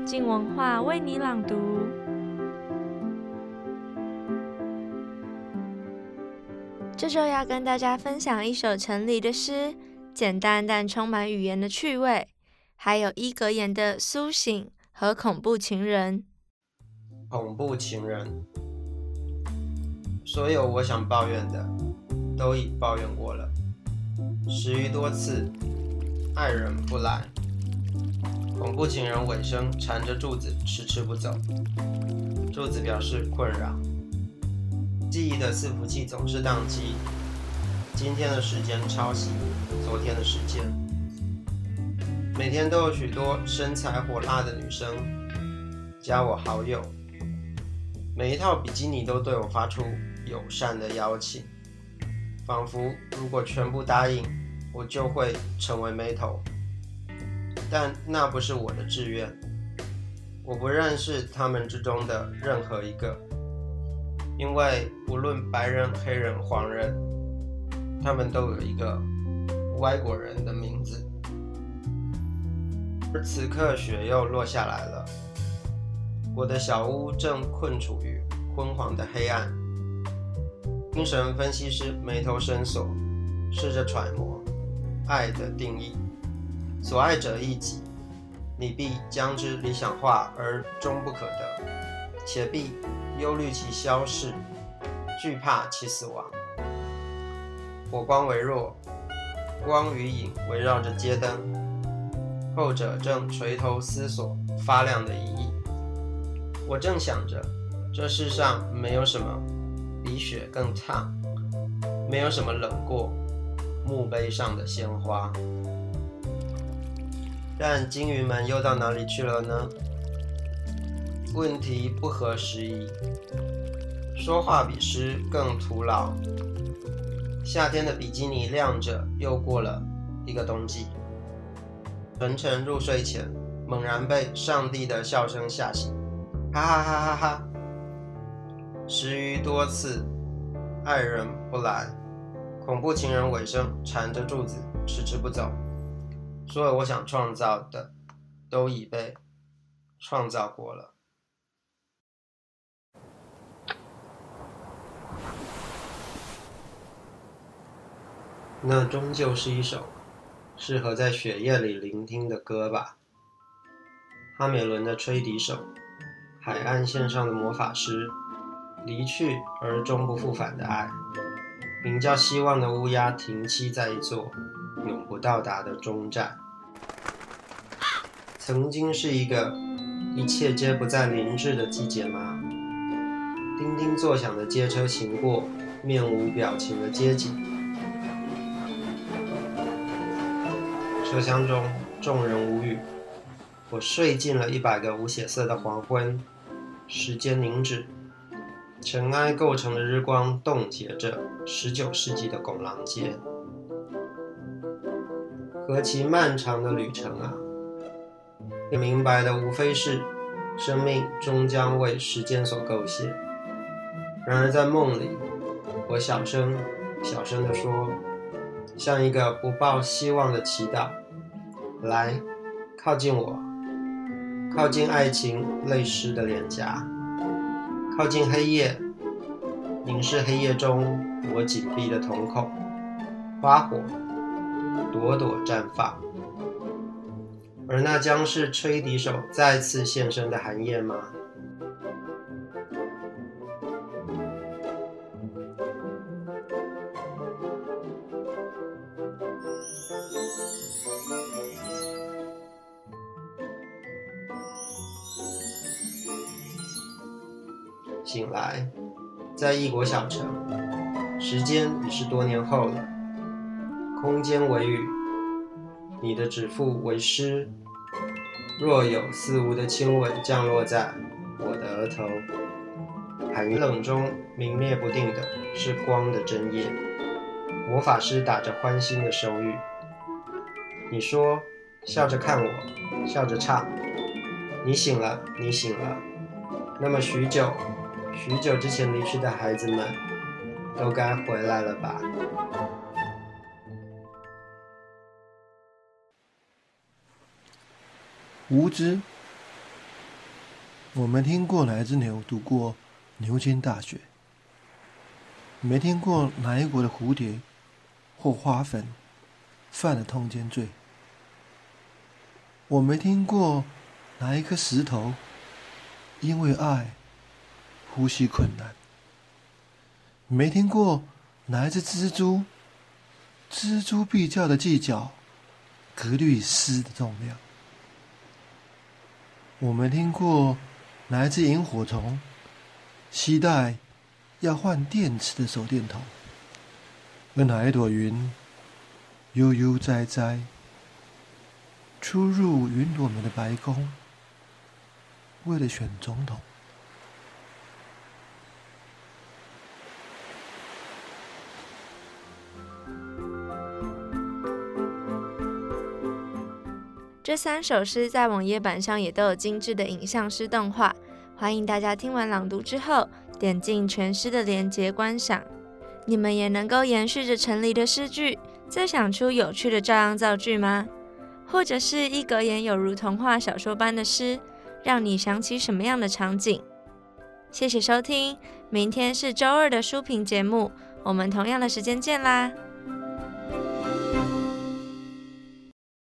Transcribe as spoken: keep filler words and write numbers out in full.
静文化为你朗读。这周要跟大家分享一首陈黎的诗，简单但充满语言的趣味，还有伊格言的苏醒和恐怖情人。 恐怖情人，所有我想抱怨的都已抱怨过了，十余多次，爱人不来，恐怖情人尾声缠着柱子迟迟不走，柱子表示困扰，记忆的伺服器总是宕机，今天的时间抄袭昨天的时间，每天都有许多身材火辣的女生加我好友，每一套比基尼都对我发出友善的邀请，仿佛如果全部答应，我就会成为妹头。但那不是我的志愿，我不认识他们之中的任何一个，因为无论白人、黑人、黄人，他们都有一个外国人的名字。而此刻雪又落下来了，我的小屋正困处于昏黄的黑暗。精神分析师眉头深锁，试着揣摩爱的定义。所爱者亦己，你必将之理想化而终不可得，且必忧虑其消逝，惧怕其死亡。火光微弱，光与影围绕着街灯，后者正垂头思索发亮的一翼。我正想着，这世上没有什么比雪更烫，没有什么冷过墓碑上的鲜花。但金鱼们又到哪里去了呢？问题不合时宜，说话比诗更徒劳。夏天的比基尼亮着，又过了一个冬季。晨晨入睡前，猛然被上帝的笑声吓醒，哈哈哈哈哈！十余多次，爱人不来，恐怖情人尾声缠着柱子迟迟不走。所有我想创造的都已被创造过了。那终究是一首适合在雪夜里聆听的歌吧。哈美伦的吹笛手，海岸线上的魔法师，离去而终不复返的爱，名叫希望的乌鸦停栖在一座永不到达的终站。曾经是一个一切皆不再临至的季节吗？叮叮作响的街车行过面无表情的街景，车厢中众人无语，我睡进了一百个无血色的黄昏，时间凝止，尘埃构成的日光冻结着十九世纪的拱廊街。何其漫长的旅程啊！也明白的无非是生命终将为时间所构陷。然而在梦里，我小声小声地说，像一个不抱希望的祈祷，来，靠近我，靠近爱情泪湿的脸颊，靠近黑夜，凝视黑夜中我紧闭的瞳孔，花火朵朵绽放。而那将是吹笛手再次现身的寒夜吗？醒来，在异国小城，时间已是多年后了，空间为雨，你的指腹为湿，若有似无的亲吻降落在我的额头。寒冷中明灭不定的是光的针叶，魔法师打着欢欣的手语。你说，笑着看我，笑着唱，你醒了，你醒了。那么许久许久之前离去的孩子们都该回来了吧。 无知我没听过哪一只牛读过牛津大学，没听过哪一国的蝴蝶或花粉犯了通奸罪，我没听过哪一颗石头因为爱呼吸困难，没听过哪一只蜘蛛锱铢必较的计较格律丝的重量，我没听过哪一只萤火虫期待要换电池的手电筒，而哪一朵云悠悠哉哉出入云朵们的白宫，为了选总统。 这三首诗在网页版上也都有精致的影像诗动画，欢迎大家听完朗读之后，点进全诗的连结观赏。你们也能够延续着陈黎的诗句，再想出有趣的照样造句吗？或者是一格言有如童话小说般的诗，让你想起什么样的场景？谢谢收听，明天是周二的书评节目，我们同样的时间见啦！